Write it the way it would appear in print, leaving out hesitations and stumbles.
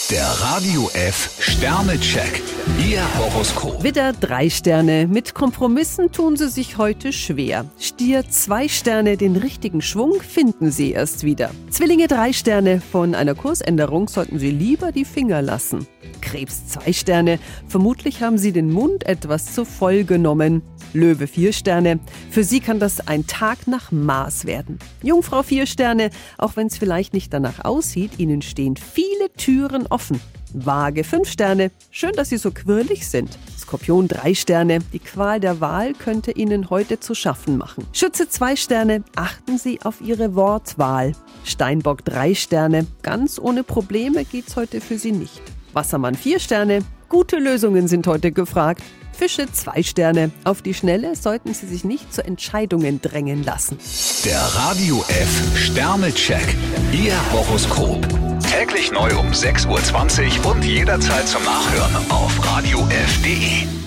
Der Radio F Sternecheck. Ihr Horoskop. Widder 3 Sterne. Mit Kompromissen tun Sie sich heute schwer. Stier 2 Sterne. Den richtigen Schwung finden Sie erst wieder. Zwillinge 3 Sterne. Von einer Kursänderung sollten Sie lieber die Finger lassen. Krebs 2 Sterne. Vermutlich haben Sie den Mund etwas zu voll genommen. Löwe 4 Sterne. Für Sie kann das ein Tag nach Maß werden. Jungfrau 4 Sterne. Auch wenn es vielleicht nicht danach aussieht, Ihnen stehen viele Türen offen. Waage 5 Sterne. Schön, dass Sie so quirlig sind. Skorpion 3 Sterne. Die Qual der Wahl könnte Ihnen heute zu schaffen machen. Schütze 2 Sterne. Achten Sie auf Ihre Wortwahl. Steinbock 3 Sterne. Ganz ohne Probleme geht's heute für Sie nicht. Wassermann 4 Sterne. Gute Lösungen sind heute gefragt. Fische 2 Sterne. Auf die Schnelle sollten Sie sich nicht zu Entscheidungen drängen lassen. Der Radio F Sternecheck. Ihr Horoskop. Täglich neu um 6:20 Uhr und jederzeit zum Nachhören auf radiof.de.